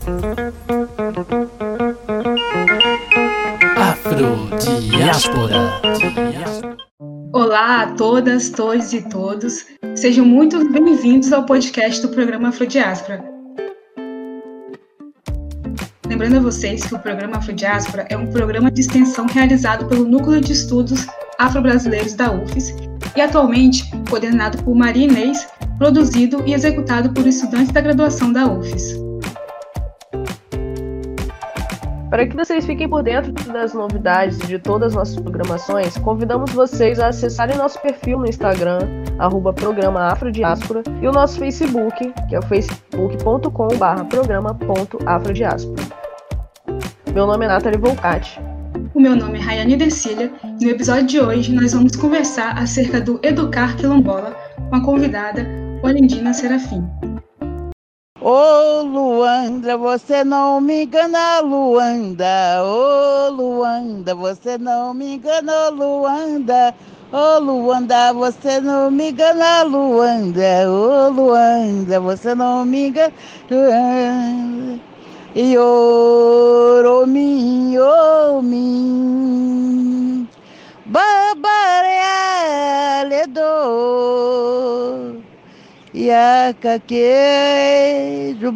Afrodiáspora. Olá a todas, todos e todos. Sejam muito bem-vindos ao podcast do programa Afrodiáspora. Lembrando a vocês que o programa Afrodiáspora é um programa de extensão realizado pelo Núcleo de Estudos Afro-Brasileiros da UFES e atualmente coordenado por Maria Inês, produzido e executado por estudantes da graduação da UFES. Para que vocês fiquem por dentro das novidades de todas as nossas programações, convidamos vocês a acessarem nosso perfil no Instagram, @programa Afrodiáspora, e o nosso Facebook, que é o facebook.com/programa.afrodiáspora. Meu nome é Nathalie Volcati. O meu nome é Rayane Decília e no episódio de hoje nós vamos conversar acerca do Educar Quilombola com a convidada Olindina Serafim. Ô Luanda, você não me engana, Luanda. Ô Luanda, você não me engana, Luanda. Ô Luanda, você não me engana, Luanda. Ô Luanda, você não me engana, Luanda. E oromin, omin, babarealedor. Iacaquejo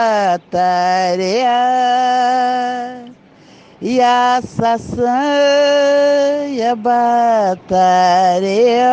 batareia, iaçaçã, batareia.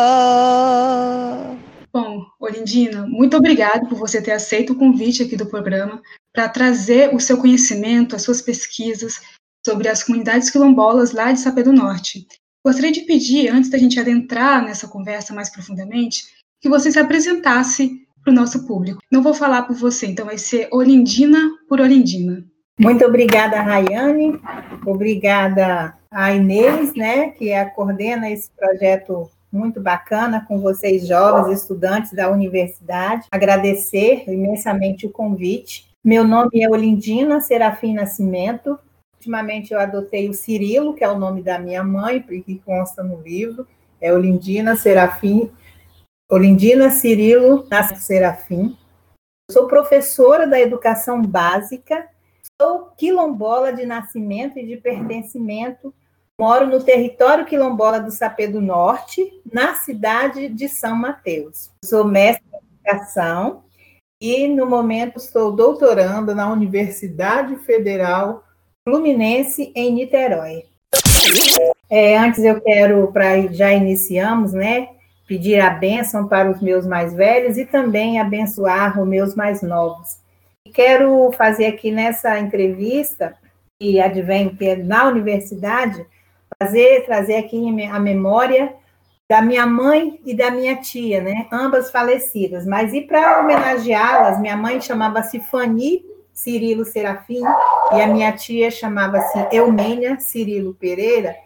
Bom, Olindina, muito obrigada por você ter aceito o convite aqui do programa para trazer o seu conhecimento, as suas pesquisas sobre as comunidades quilombolas lá de Sapé do Norte. Gostaria de pedir, antes da gente adentrar nessa conversa mais profundamente, que você se apresentasse para o nosso público. Não vou falar por você, então vai ser Olindina por Olindina. Muito obrigada, Rayane. Obrigada a Inês, né, que coordena esse projeto muito bacana com vocês, jovens estudantes da universidade. Agradecer imensamente o convite. Meu nome é Olindina Serafim Nascimento. Ultimamente eu adotei o Cirilo, que é o nome da minha mãe, que consta no livro. É Olindina Serafim. Olindina Cirilo Nascimento Serafim. Sou professora da educação básica, sou quilombola de nascimento e de pertencimento, moro no território quilombola do Sapé do Norte, na cidade de São Mateus. Sou mestre em educação e, no momento, estou doutorando na Universidade Federal Fluminense, em Niterói. Antes eu quero, já iniciamos, né, pedir a bênção para os meus mais velhos e também abençoar os meus mais novos. Quero fazer aqui nessa entrevista, que advém que é na universidade, trazer aqui a memória da minha mãe e da minha tia, né? Ambas falecidas. Mas e para homenageá-las, minha mãe chamava-se Fanny Cirilo Serafim e a minha tia chamava-se Eumênia Cirilo Pereira.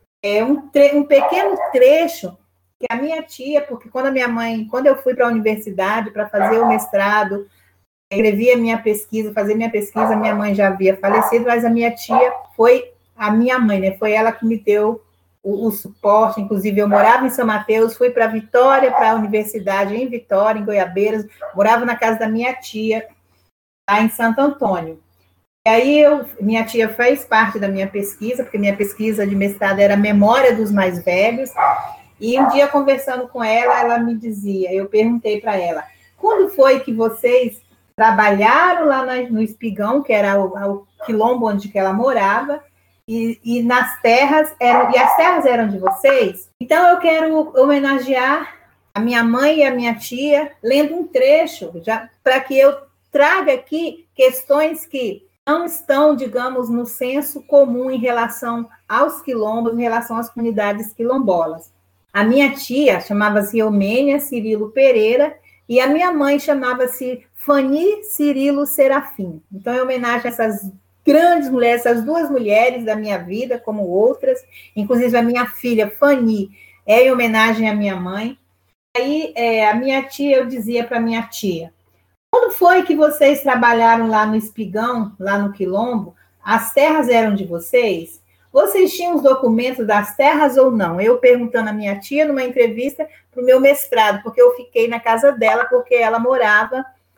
Um pequeno trecho que a minha tia, porque quando eu fui para a universidade para fazer o mestrado, escrevi a minha pesquisa, fazer minha pesquisa, minha mãe já havia falecido, mas a minha tia foi a minha mãe, né? Foi ela que me deu o suporte. Inclusive, eu morava em São Mateus, fui para Vitória, para a universidade em Vitória, em Goiabeiras, morava na casa da minha tia, lá em Santo Antônio. E aí, minha tia fez parte da minha pesquisa, porque minha pesquisa de mestrado era Memória dos Mais Velhos. E um dia, conversando com ela, ela me dizia, eu perguntei para ela, quando foi que vocês trabalharam lá no Espigão, que era o quilombo onde que ela morava, e nas terras, e as terras eram de vocês? Então, eu quero homenagear a minha mãe e a minha tia, lendo um trecho, para que eu traga aqui questões que não estão, digamos, no senso comum em relação aos quilombos, em relação às comunidades quilombolas. A minha tia chamava-se Eumênia Cirilo Pereira e a minha mãe chamava-se Fanny Cirilo Serafim. Então, em homenagem a essas grandes mulheres, essas duas mulheres da minha vida, como outras, inclusive a minha filha Fanny é em homenagem à minha mãe. Aí, a minha tia, eu dizia para minha tia, quando foi que vocês trabalharam lá no Espigão, lá no Quilombo? As terras eram de vocês? Vocês tinham os documentos das terras ou não? Eu perguntando à minha tia numa entrevista para o meu mestrado, porque eu fiquei na casa dela, porque ela morava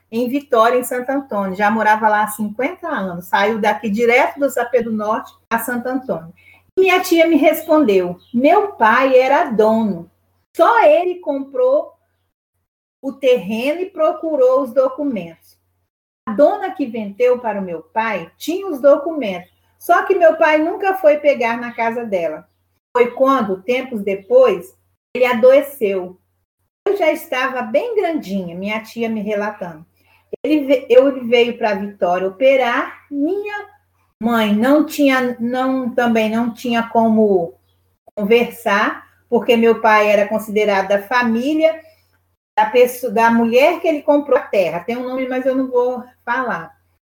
em Vitória, em Santo Antônio. Já morava lá há 50 anos. Saiu daqui direto do Sapé do Norte a Santo Antônio. Minha tia me respondeu, meu pai era dono. Só ele comprou o terreno e procurou os documentos. A dona que vendeu para o meu pai tinha os documentos, só que meu pai nunca foi pegar na casa dela. Foi quando, tempos depois, ele adoeceu. Eu já estava bem grandinha, minha tia me relatando. Ele veio para Vitória operar, minha mãe também não tinha como conversar, porque meu pai era considerado da família da mulher que ele comprou a terra. Tem um nome, mas eu não vou falar.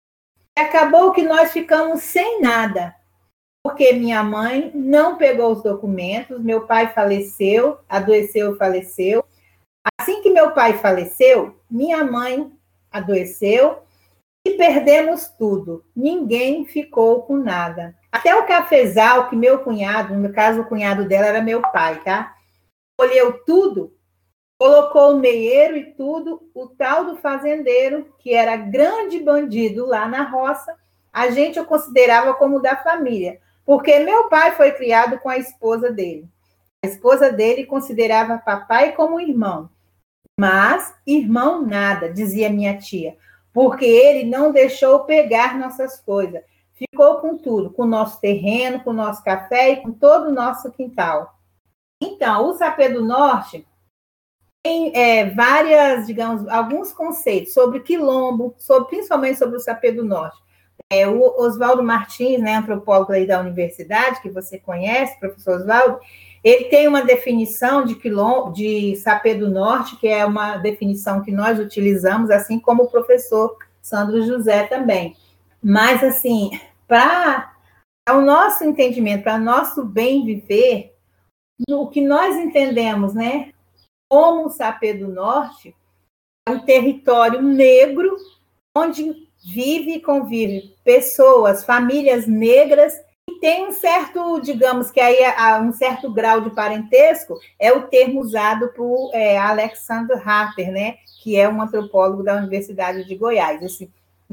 Acabou que nós ficamos sem nada, porque minha mãe não pegou os documentos, meu pai faleceu, adoeceu e faleceu. Assim que meu pai faleceu, minha mãe adoeceu e perdemos tudo. Ninguém ficou com nada. Até o cafezal que meu cunhado, no caso o cunhado dela era meu pai, tá? Colheu tudo, colocou o meieiro e tudo, o tal do fazendeiro, que era grande bandido lá na roça, a gente o considerava como da família, porque meu pai foi criado com a esposa dele. A esposa dele considerava papai como irmão, mas irmão nada, dizia minha tia, porque ele não deixou pegar nossas coisas. Ficou com tudo, com o nosso terreno, com o nosso café e com todo o nosso quintal. Então, o Sapé do Norte tem digamos, alguns conceitos sobre quilombo, principalmente sobre o Sapé do Norte. O Oswaldo Martins, né, antropólogo aí da universidade, que você conhece, professor Oswaldo, ele tem uma definição de Sapé do Norte, que é uma definição que nós utilizamos, assim como o professor Sandro José também. Mas, assim, para o nosso entendimento, para o nosso bem viver, o que nós entendemos, né, como o Sapé do Norte é um território negro, onde vive e convive pessoas, famílias negras, e tem um certo, digamos que aí um certo grau de parentesco, é o termo usado por Alexander Harper, né, que é um antropólogo da Universidade de Goiás. Assim,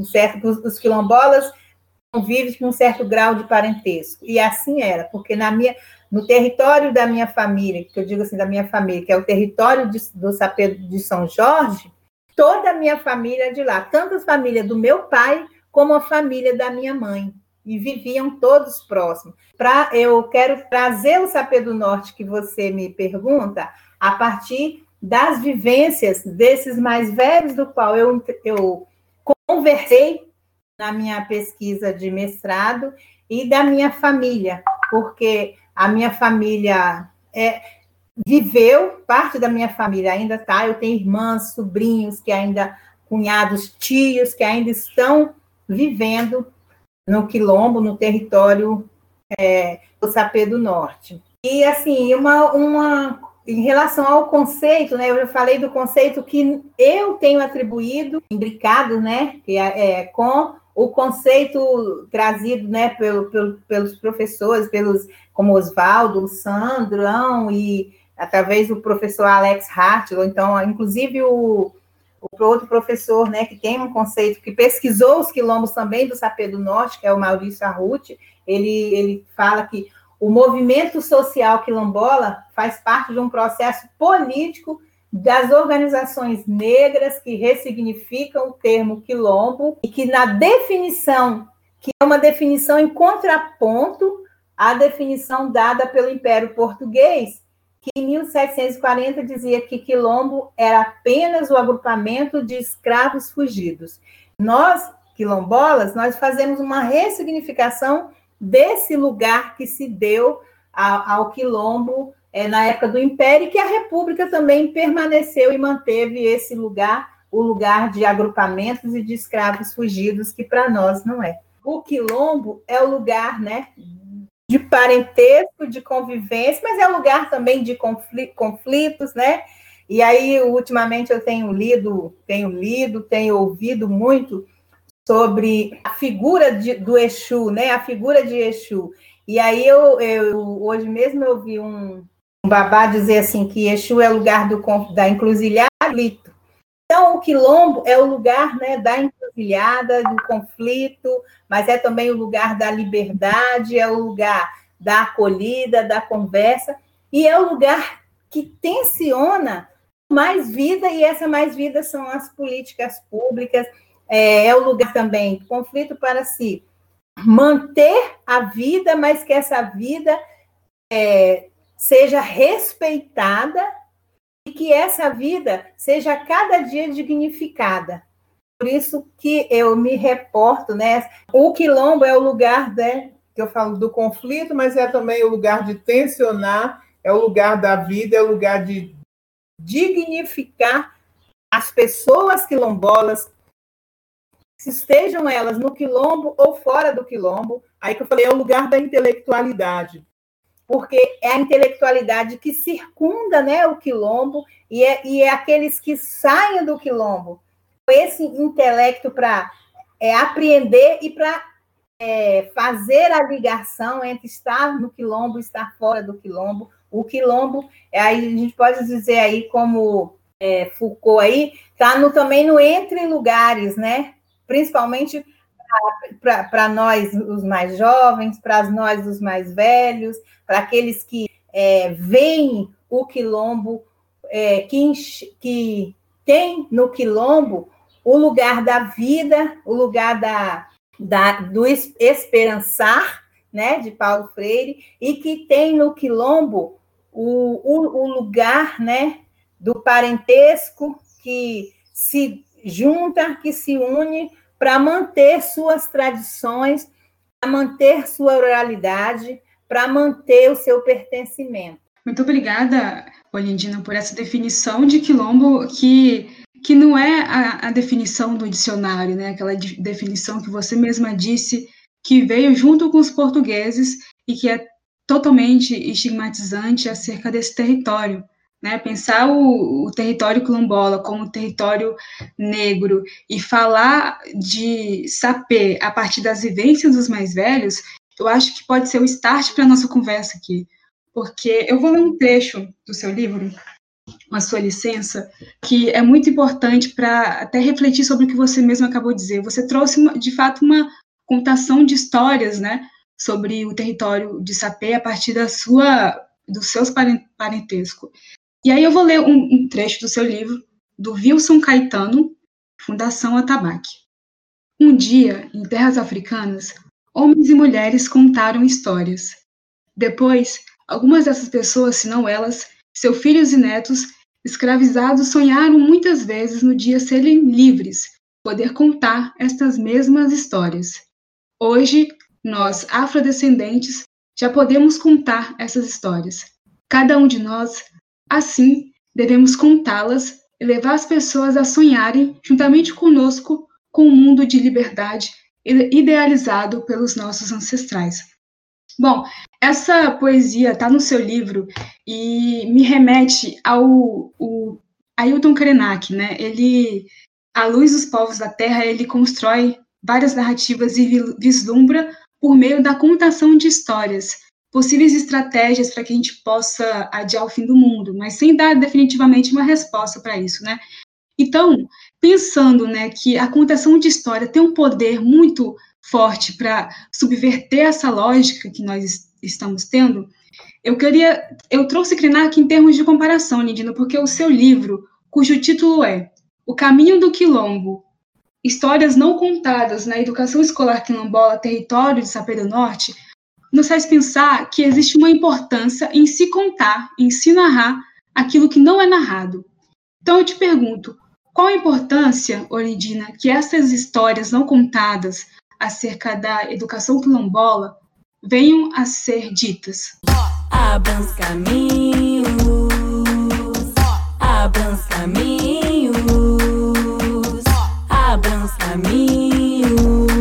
os quilombolas convivem com um certo grau de parentesco. E assim era, porque no território da minha família, que eu digo assim, da minha família, que é o território do Sapé de São Jorge, toda a minha família é de lá, tanto a família do meu pai, como a família da minha mãe, e viviam todos próximos. Eu quero trazer o Sapé do Norte, que você me pergunta, a partir das vivências desses mais velhos, do qual eu conversei na minha pesquisa de mestrado, e da minha família, porque a minha família viveu, parte da minha família ainda está, eu tenho irmãs, sobrinhos, cunhados, tios, que ainda estão vivendo no quilombo, no território do Sapé do Norte. E, assim, em relação ao conceito, né, eu já falei do conceito que eu tenho atribuído, imbricado, né, que com o conceito trazido, né, pelos professores, como Oswaldo, Sandrão, e através do professor Alex Hartlow. Então, inclusive o outro professor, né, que tem um conceito, que pesquisou os quilombos também do Sapé do Norte, que é o Maurício Arruti, ele fala que o movimento social quilombola faz parte de um processo político das organizações negras que ressignificam o termo quilombo e que na definição, que é uma definição em contraponto à definição dada pelo Império Português, que em 1740 dizia que quilombo era apenas o agrupamento de escravos fugidos. Nós, quilombolas, nós fazemos uma ressignificação desse lugar que se deu ao quilombo na época do Império, e que a República também permaneceu e manteve esse lugar, o lugar de agrupamentos e de escravos fugidos, que para nós não é. O quilombo é o lugar, né, de parentesco, de convivência, mas é um lugar também de conflitos, né? E aí, ultimamente, eu tenho ouvido muito sobre a figura do Exu, né? A figura de Exu. E aí, hoje mesmo eu vi um babá dizer assim, que Exu é o lugar da encruzilhada, Então, o quilombo é o lugar, né, da encruzilhada, do conflito, mas é também o lugar da liberdade, é o lugar da acolhida, da conversa, e é o lugar que tensiona mais vida, e essa mais vida são as políticas públicas, é o lugar também do conflito para se manter a vida, mas que essa vida seja respeitada e que essa vida seja cada dia dignificada. Por isso que eu me reporto, né? O quilombo é o lugar, né, que eu falo do conflito, mas é também o lugar de tensionar, é o lugar da vida, é o lugar de dignificar as pessoas quilombolas, se estejam elas no quilombo ou fora do quilombo. Aí que eu falei, é o lugar da intelectualidade, porque é a intelectualidade que circunda, né, o quilombo, e é aqueles que saem do quilombo, esse intelecto para apreender e para fazer a ligação entre estar no quilombo e estar fora do quilombo. O quilombo, aí a gente pode dizer aí, como Foucault aí, está também no entre lugares, né? Principalmente para nós, os mais jovens, para nós, os mais velhos, para aqueles que veem o quilombo, que tem no quilombo o lugar da vida, o lugar do esperançar, né, de Paulo Freire, e que tem no quilombo o lugar, né, do parentesco, que se junta, que se une para manter suas tradições, para manter sua oralidade, para manter o seu pertencimento. Muito obrigada, Olindina, por essa definição de quilombo que não é a definição do dicionário, né? Aquela definição que você mesma disse, que veio junto com os portugueses e que é totalmente estigmatizante acerca desse território, né? Pensar o território quilombola como território negro e falar de sapê a partir das vivências dos mais velhos, eu acho que pode ser o start para a nossa conversa aqui, porque eu vou ler um trecho do seu livro, com a sua licença, que é muito importante para até refletir sobre o que você mesmo acabou de dizer. Você trouxe, de fato, uma contação de histórias, né, sobre o território de sapê a partir dos seus parentescos. E aí eu vou ler um trecho do seu livro, do Wilson Caetano, Fundação Atabaque. Um dia, em terras africanas, homens e mulheres contaram histórias. Depois, algumas dessas pessoas, se não elas, seus filhos e netos, escravizados, sonharam muitas vezes no dia serem livres, poder contar estas mesmas histórias. Hoje, nós, afrodescendentes, já podemos contar essas histórias. Cada um de nós, assim, devemos contá-las e levar as pessoas a sonharem, juntamente conosco, com um mundo de liberdade idealizado pelos nossos ancestrais. Bom, essa poesia está no seu livro e me remete ao Ailton Krenak, né? Ele, à luz dos povos da terra, ele constrói várias narrativas e vislumbra por meio da contação de histórias, possíveis estratégias para que a gente possa adiar o fim do mundo, mas sem dar definitivamente uma resposta para isso, né? Então, pensando, né, que a contação de história tem um poder muito forte para subverter essa lógica que nós estamos tendo, eu trouxe Krenak em termos de comparação, Lindina, porque o seu livro, cujo título é O Caminho do Quilombo, Histórias Não Contadas na Educação Escolar Quilombola, Território de Sapê do Norte, nos faz pensar que existe uma importância em se contar, em se narrar aquilo que não é narrado. Então eu te pergunto, qual a importância, Olindina, que essas histórias não contadas acerca da educação quilombola venham a ser ditas? Abram os caminhos, abram os caminhos, abram os caminhos,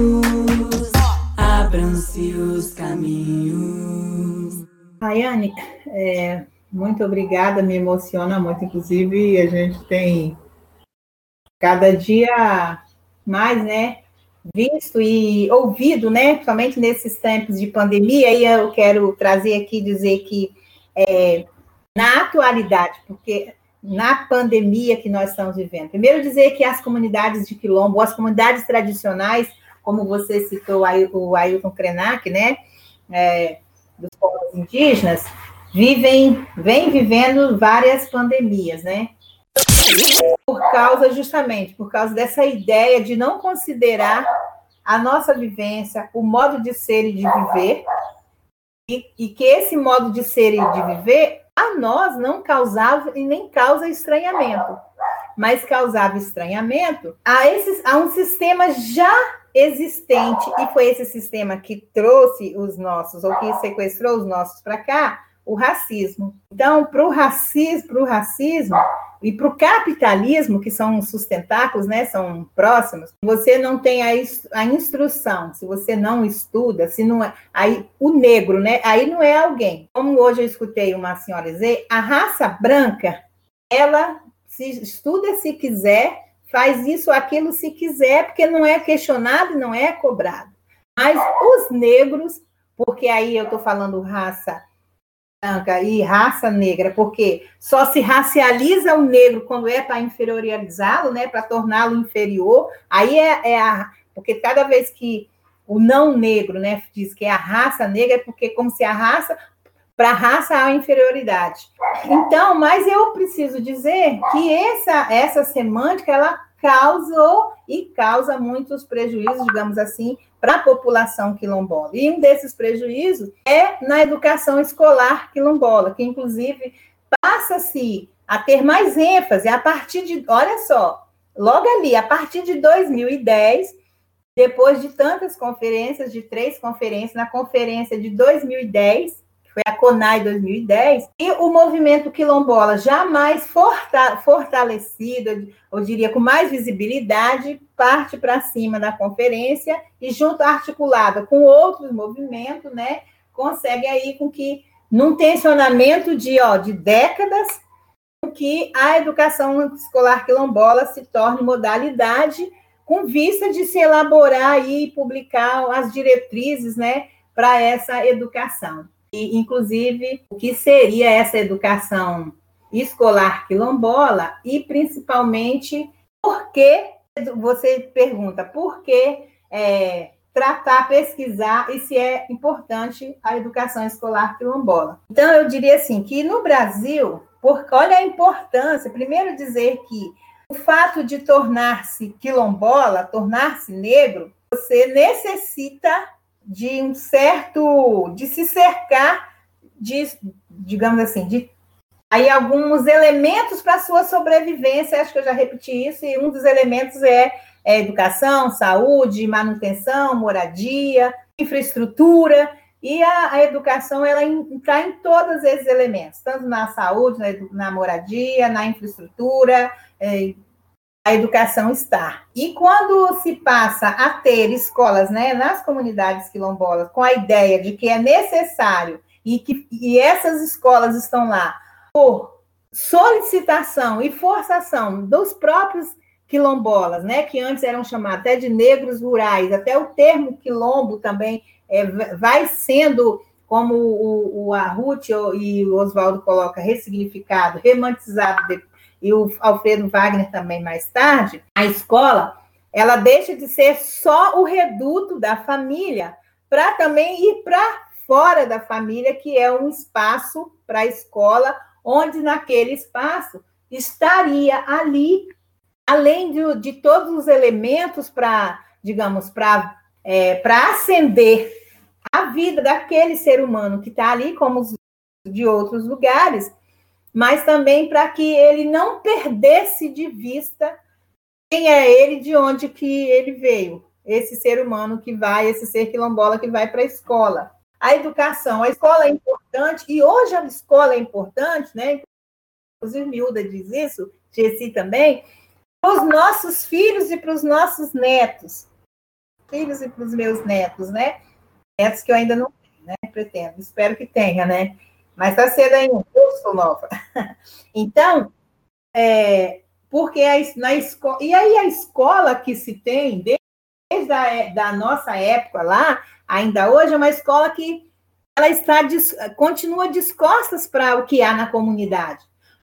abram-se os caminhos. Rayane, muito obrigada, me emociona muito, inclusive a gente tem cada dia mais, né, visto e ouvido, né, somente nesses tempos de pandemia, e eu quero trazer aqui, dizer que na atualidade, porque na pandemia que nós estamos vivendo. Primeiro, dizer que as comunidades de quilombo, as comunidades tradicionais, como você citou aí, o Ailton Krenak, né, dos povos indígenas, vem vivendo várias pandemias, né? Justamente por causa dessa ideia de não considerar a nossa vivência, o modo de ser e de viver, e que esse modo de ser e de viver a nós não causava e nem causa estranhamento, mas causava estranhamento a um sistema já existente, e foi esse sistema que trouxe os nossos, ou que sequestrou os nossos para cá, o racismo. Então, para o racismo e para o capitalismo, que são sustentáculos, né, são próximos, você não tem a instrução, se você não estuda, se não é, aí o negro, né, aí não é alguém. Como hoje eu escutei uma senhora dizer, a raça branca, ela se estuda se quiser, faz isso, aquilo se quiser, porque não é questionado e não é cobrado. Mas os negros, porque aí eu estou falando raça branca e raça negra, porque só se racializa o negro quando é para inferiorizá-lo, né, para torná-lo inferior, aí porque cada vez que o não negro, né, diz que é a raça negra, é porque como se para a raça há inferioridade. Então, mas eu preciso dizer que essa semântica, ela causou e causa muitos prejuízos, digamos assim, para a população quilombola. E um desses prejuízos é na educação escolar quilombola, que, inclusive, passa-se a ter mais ênfase a partir de, olha só, logo ali, a partir de 2010, depois de tantas conferências, de 3 conferências, na conferência de 2010, que foi a CONAI 2010, e o movimento quilombola já mais fortalecido, eu diria, com mais visibilidade, parte para cima da conferência e junto, articulada com outros movimentos, né, consegue aí com que, num tensionamento de décadas, que a educação escolar quilombola se torne modalidade com vista de se elaborar e publicar as diretrizes, né, para essa educação. E, inclusive, o que seria essa educação escolar quilombola e, principalmente, por que, você pergunta, por que tratar, pesquisar e se é importante a educação escolar quilombola. Então, eu diria assim, que no Brasil, olha a importância, primeiro dizer que o fato de tornar-se quilombola, tornar-se negro, você necessita de de se cercar de, digamos assim, de aí alguns elementos para a sua sobrevivência, acho que eu já repeti isso, e um dos elementos é educação, saúde, manutenção, moradia, infraestrutura, e a educação, ela está em todos esses elementos, tanto na saúde, na moradia, na infraestrutura, a educação está. E quando se passa a ter escolas, né, nas comunidades quilombolas, com a ideia de que é necessário, e essas escolas estão lá por solicitação e forçação dos próprios quilombolas, né, que antes eram chamados até de negros rurais, até o termo quilombo também vai sendo, como a Ruth e o Oswaldo coloca, ressignificado, romantizado, e o Alfredo Wagner também mais tarde, a escola, ela deixa de ser só o reduto da família, para também ir para fora da família, que é um espaço para a escola, onde naquele espaço estaria ali, além de todos os elementos para, digamos, para acender a vida daquele ser humano que está ali, como os de outros lugares, mas também para que ele não perdesse de vista quem é ele, de onde que ele veio, esse ser humano que vai, esse ser quilombola que vai para a escola. A educação, a escola é importante, e hoje a escola é importante, né? Inclusive Miúda diz isso, Gessi também, para os nossos filhos e para os nossos netos. Filhos e para os meus netos, né? Netos que eu ainda não tenho, né? Pretendo, espero que tenha, né? Mas está cedo ainda, eu sou nova. Então, porque na escola... E aí a escola que se tem, desde a nossa época lá, ainda hoje, é uma escola que ela continua descostas para o que há na comunidade.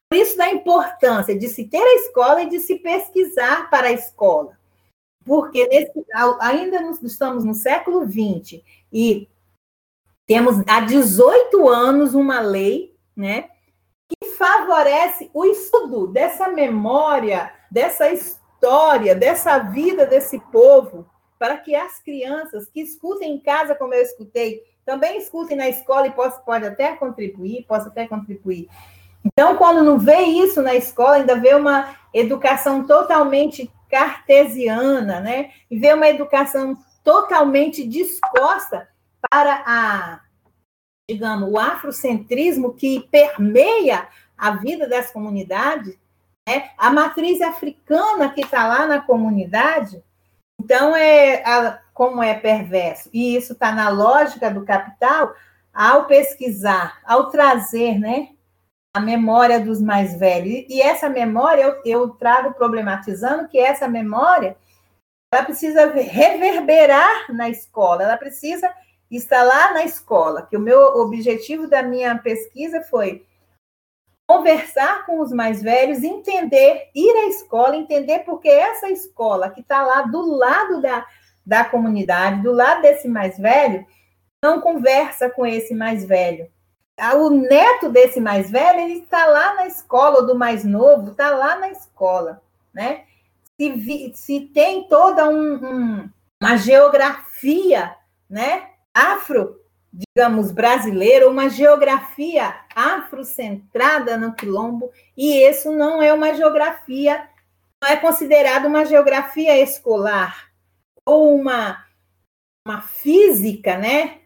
Por isso da importância de se ter a escola e de se pesquisar para a escola. Porque ainda estamos no século XX e temos há 18 anos uma lei, né, que favorece o estudo dessa memória, dessa história, dessa vida desse povo, para que as crianças que escutem em casa, como eu escutei, também escutem na escola e possa até contribuir. Então, quando não vê isso na escola, ainda vê uma educação totalmente cartesiana, né? E vê uma educação totalmente disposta para digamos, o afrocentrismo que permeia a vida das comunidades, né? A matriz africana que está lá na comunidade. Então, como é perverso. E isso está na lógica do capital, ao pesquisar, ao trazer, né, a memória dos mais velhos. E essa memória, eu trago problematizando que essa memória, ela precisa reverberar na escola, ela precisa estar lá na escola, que o meu objetivo da minha pesquisa foi conversar com os mais velhos, entender, ir à escola, entender porque essa escola que está lá do lado da comunidade, do lado desse mais velho, não conversa com esse mais velho. O neto desse mais velho, ele está lá na escola, ou do mais novo, está lá na escola, né? Se tem toda uma geografia, né, digamos, brasileira, uma geografia afrocentrada no quilombo, e isso não é uma geografia, não é considerado uma geografia escolar, ou uma física, né?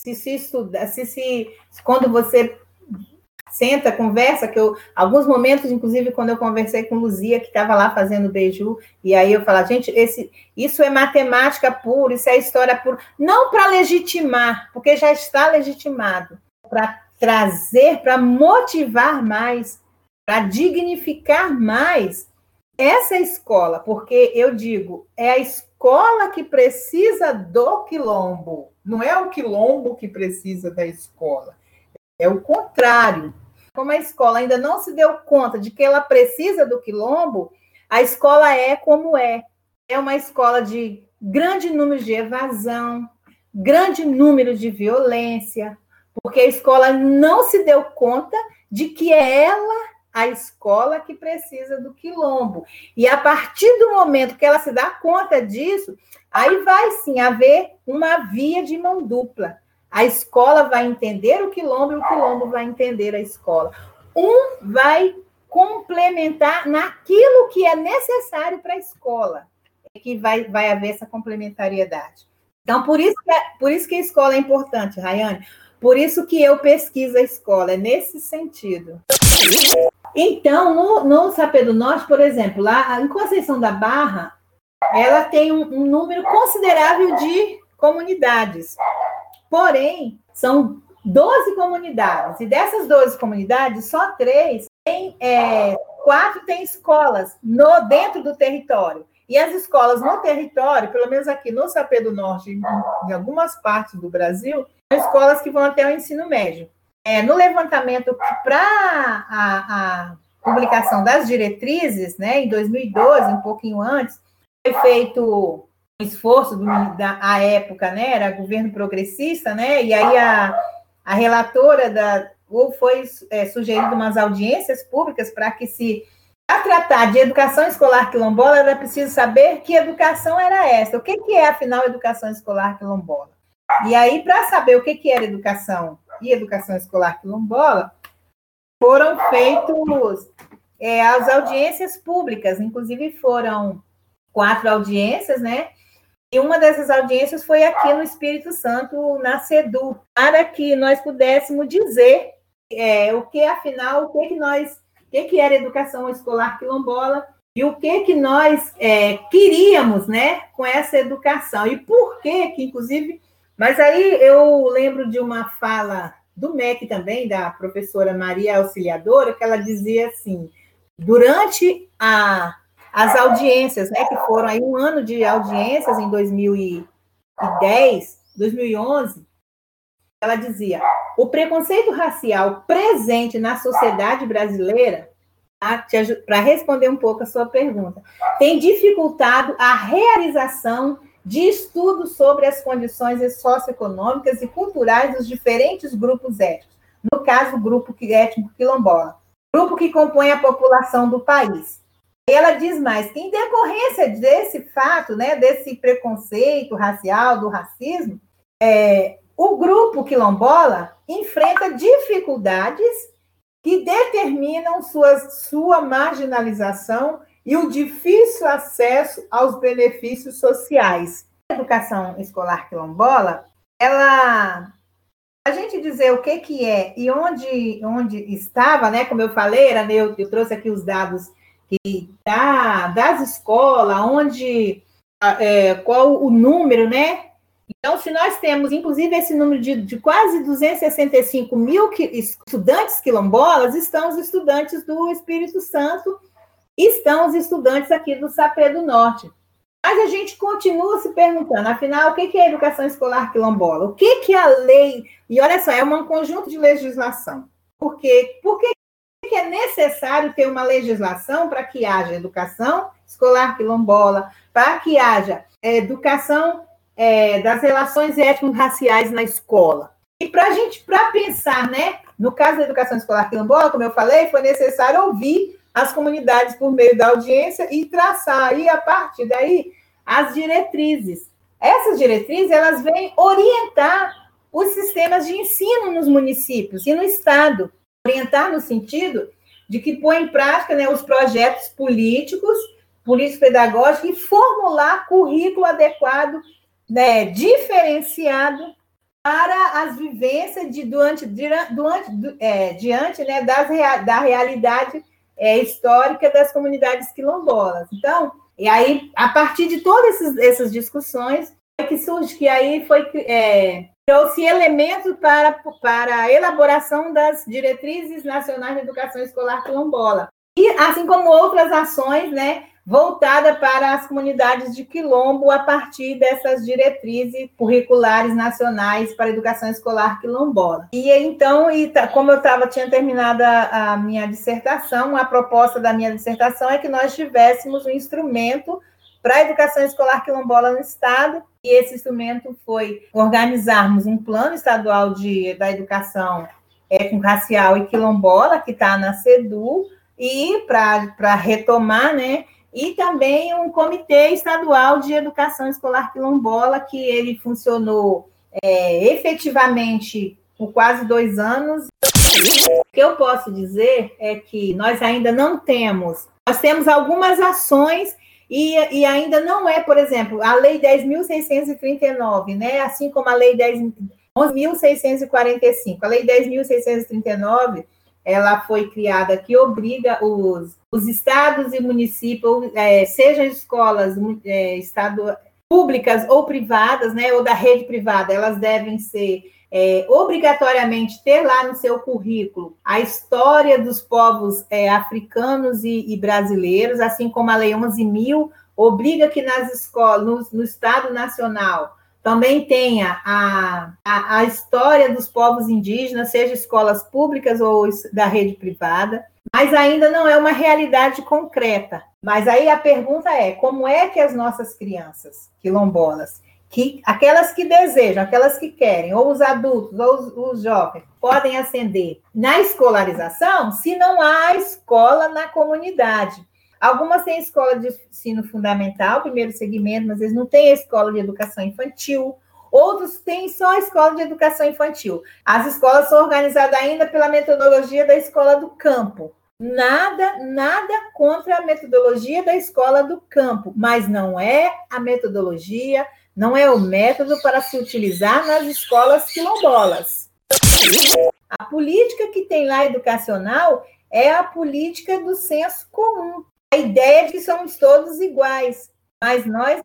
Quando você senta, conversa, alguns momentos, inclusive, quando eu conversei com Luzia, que estava lá fazendo beiju, e aí eu falava, gente, isso é matemática pura, isso é história pura, não para legitimar, porque já está legitimado, para trazer, para motivar mais, para dignificar mais essa escola, porque eu digo, é a escola que precisa do quilombo, não é o quilombo que precisa da escola, é o contrário. Como a escola ainda não se deu conta de que ela precisa do quilombo, a escola é como é. É uma escola de grande número de evasão, grande número de violência, porque a escola não se deu conta de que é ela a escola que precisa do quilombo. E a partir do momento que ela se dá conta disso, aí vai sim haver uma via de mão dupla. A escola vai entender o quilombo e o quilombo vai entender a escola. Um vai complementar naquilo que é necessário para a escola, que vai haver essa complementariedade. Então, por isso que a escola é importante, Rayane. Por isso que eu pesquiso a escola, é nesse sentido. Então, no Sapé do Norte, por exemplo, lá em Conceição da Barra, ela tem um número considerável de comunidades. Porém, são 12 comunidades, e dessas 12 comunidades, só 4 têm escolas dentro do território. E as escolas no território, pelo menos aqui no Sapé do Norte, em algumas partes do Brasil, são escolas que vão até o ensino médio. No levantamento para a publicação das diretrizes, né, em 2012, um pouquinho antes, foi feito esforço da época, né, era governo progressista, né, e aí a relatora foi sugerido umas audiências públicas para tratar de educação escolar quilombola, era preciso saber que educação era essa, o que é, afinal, educação escolar quilombola. E aí, para saber o que era educação escolar quilombola, foram feitas as audiências públicas, inclusive foram 4 audiências, né? E uma dessas audiências foi aqui no Espírito Santo, na CEDU, para que nós pudéssemos dizer o que era educação escolar quilombola e o que nós queríamos, né, com essa educação. E por que, inclusive... Mas aí eu lembro de uma fala do MEC também, da professora Maria Auxiliadora, que ela dizia assim, durante as audiências, né, que foram aí um ano de audiências em 2010, 2011, ela dizia, o preconceito racial presente na sociedade brasileira para responder um pouco a sua pergunta, tem dificultado a realização de estudos sobre as condições socioeconômicas e culturais dos diferentes grupos étnicos. No caso, o grupo étnico quilombola, grupo que compõe a população do país. E ela diz mais que, em decorrência desse fato, né, desse preconceito racial, do racismo, o grupo quilombola enfrenta dificuldades que determinam sua marginalização e o difícil acesso aos benefícios sociais. A educação escolar quilombola, a gente dizer o que é e onde estava, né, como eu falei, eu trouxe aqui os dados das escolas, qual o número, né? Então, se nós temos, inclusive, esse número de quase 265 mil estudantes quilombolas, estão os estudantes do Espírito Santo, estão os estudantes aqui do Sapé do Norte. Mas a gente continua se perguntando, afinal, o que é a educação escolar quilombola? O que é a lei? E olha só, é um conjunto de legislação. Por quê? Por que é necessário ter uma legislação para que haja educação escolar quilombola, para que haja educação das relações étnico-raciais na escola? E para pensar, né, no caso da educação escolar quilombola, como eu falei, foi necessário ouvir as comunidades por meio da audiência e traçar aí, a partir daí, as diretrizes. Essas diretrizes, elas vêm orientar os sistemas de ensino nos municípios e no Estado. Orientar no sentido de que põe em prática, né, os projetos político-pedagógicos e formular currículo adequado, né, diferenciado para as vivências diante, né, da realidade histórica das comunidades quilombolas. Então, e aí, a partir de todas essas discussões, que surge que aí trouxe elementos para a elaboração das diretrizes nacionais de educação escolar quilombola. E assim como outras ações, né, voltada para as comunidades de quilombo a partir dessas diretrizes curriculares nacionais para a educação escolar quilombola. E então, como eu tinha terminado a minha dissertação, a proposta da minha dissertação é que nós tivéssemos um instrumento para a educação escolar quilombola no Estado, e esse instrumento foi organizarmos um plano estadual da educação étnico-racial e quilombola, que está na SEDU, e para retomar, né, e também um comitê estadual de educação escolar quilombola, que ele funcionou efetivamente por quase 2 anos. O que eu posso dizer é que nós ainda não temos, nós temos algumas ações e ainda não por exemplo, a Lei 10.639, né, assim como a Lei 11.645. A Lei 10.639, ela foi criada que obriga os estados e municípios, sejam escolas públicas ou privadas, né, ou da rede privada, elas devem ser obrigatoriamente ter lá no seu currículo a história dos povos africanos e brasileiros, assim como a Lei 11.000 obriga que nas escolas, no Estado Nacional, também tenha a história dos povos indígenas, seja escolas públicas ou da rede privada, mas ainda não é uma realidade concreta. Mas aí a pergunta é, como é que as nossas crianças quilombolas, aquelas que desejam, aquelas que querem, ou os adultos, ou os jovens, podem ascender na escolarização se não há escola na comunidade? Algumas têm escola de ensino fundamental, primeiro segmento, mas eles não têm a escola de educação infantil. Outros têm só a escola de educação infantil. As escolas são organizadas ainda pela metodologia da escola do campo. Nada contra a metodologia da escola do campo, mas não é a metodologia, não é o método para se utilizar nas escolas quilombolas. A política que tem lá educacional é a política do senso comum. A ideia de que somos todos iguais, mas nós,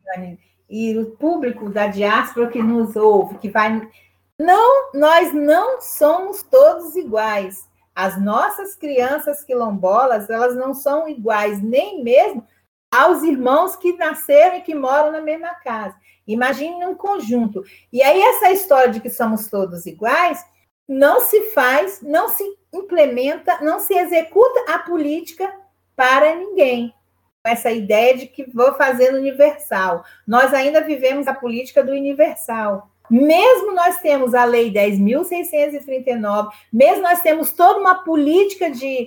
e o público da diáspora que nos ouve, nós não somos todos iguais. As nossas crianças quilombolas, elas não são iguais, nem mesmo aos irmãos que nasceram e que moram na mesma casa. Imagine um conjunto. E aí essa história de que somos todos iguais não se faz, não se implementa, não se executa a política para ninguém. Essa ideia de que vou fazer no universal. Nós ainda vivemos a política do universal. Mesmo nós temos a Lei 10.639, mesmo nós temos toda uma política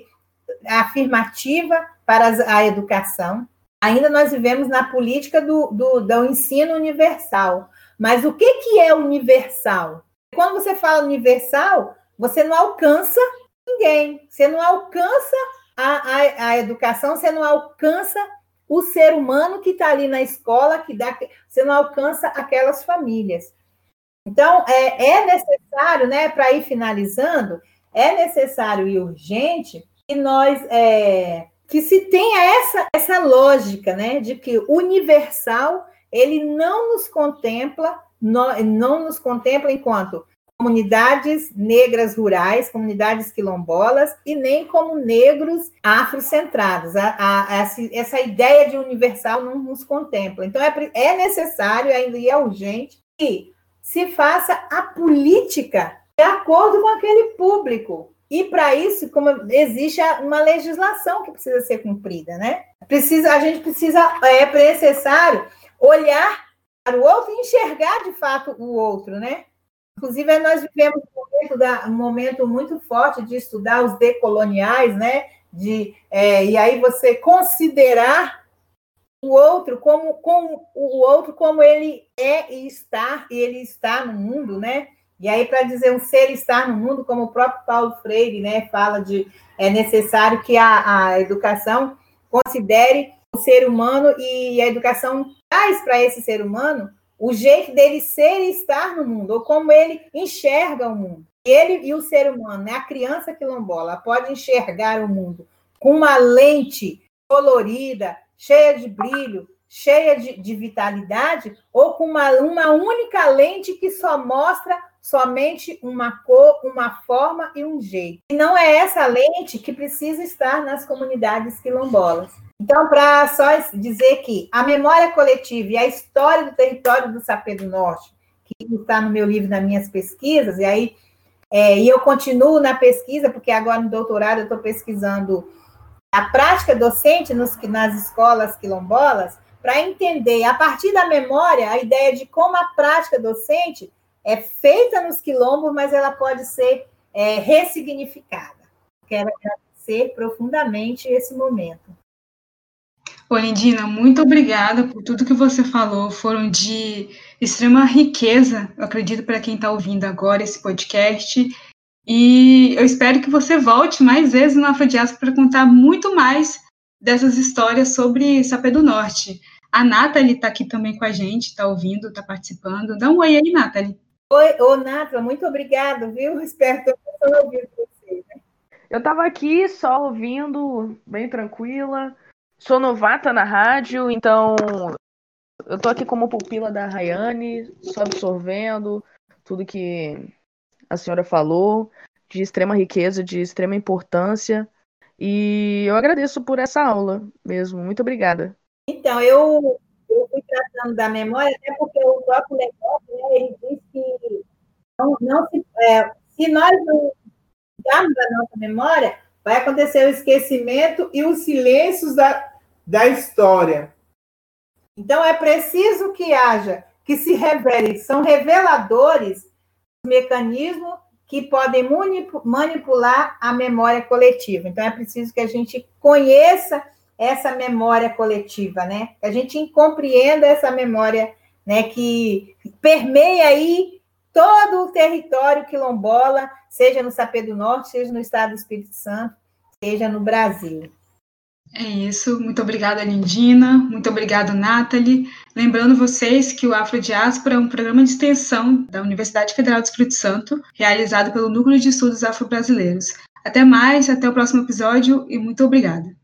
afirmativa para a educação, ainda nós vivemos na política do ensino universal. Mas o que é universal? Quando você fala universal, você não alcança ninguém, você não alcança a educação, você não alcança o ser humano que está ali na escola, você não alcança aquelas famílias. Então, é necessário, né, para ir finalizando, é necessário e urgente que nós, que se tenha essa lógica, né, de que o universal, ele não nos contempla enquanto comunidades negras rurais, comunidades quilombolas, e nem como negros afrocentrados. Essa ideia de universal não nos contempla. Então, é necessário, ainda e é urgente, que se faça a política de acordo com aquele público. E, para isso, como existe uma legislação que precisa ser cumprida, né? A gente precisa, é necessário olhar para o outro e enxergar, de fato, o outro, né? Inclusive, nós vivemos um momento muito forte de estudar os decoloniais, né? E aí você considerar o outro como ele é e ele está no mundo, né? E aí, para dizer um ser estar no mundo, como o próprio Paulo Freire, né, fala é necessário que a educação considere o ser humano e a educação traz para esse ser humano o jeito dele ser e estar no mundo, ou como ele enxerga o mundo. Ele e o ser humano, né, a criança quilombola, pode enxergar o mundo com uma lente colorida, cheia de brilho, cheia de vitalidade, ou com uma única lente que só mostra somente uma cor, uma forma e um jeito. E não é essa lente que precisa estar nas comunidades quilombolas. Então, para só dizer que a memória coletiva e a história do território do Sapé do Norte, que está no meu livro, nas minhas pesquisas, e aí e eu continuo na pesquisa, porque agora no doutorado eu estou pesquisando a prática docente nas escolas quilombolas, para entender, a partir da memória, a ideia de como a prática docente é feita nos quilombos, mas ela pode ser ressignificada. Quero agradecer profundamente esse momento. Lindina, muito obrigada por tudo que você falou, foram de extrema riqueza, eu acredito, para quem está ouvindo agora esse podcast, e eu espero que você volte mais vezes no Afrodiáspora para contar muito mais dessas histórias sobre Sapé do Norte. A Nathalie está aqui também com a gente, está ouvindo, está participando. Dá um oi aí, Nathalie. Oi, Nathalie, muito obrigada, viu? Espero que eu possa ouvir você. Né? Eu estava aqui só ouvindo, bem tranquila. Sou novata na rádio, então eu tô aqui como pupila da Rayane, só absorvendo tudo que a senhora falou, de extrema riqueza, de extrema importância. E eu agradeço por essa aula mesmo. Muito obrigada. Então, eu fui tratando da memória, até porque o próprio negócio, né, ele diz que se nós não cuidarmos da nossa memória, vai acontecer o esquecimento e os silêncios da história. Então, é preciso que se revele, são reveladores os mecanismos que podem manipular a memória coletiva. Então, é preciso que a gente conheça essa memória coletiva, né? Que a gente compreenda essa memória, né, que permeia aí todo o território quilombola, seja no Sapé do Norte, seja no estado do Espírito Santo, seja no Brasil. É isso, muito obrigada, Lindina, muito obrigada, Nathalie. Lembrando vocês que o Afrodiáspora é um programa de extensão da Universidade Federal do Espírito Santo, realizado pelo Núcleo de Estudos Afro-Brasileiros. Até mais, até o próximo episódio e muito obrigada.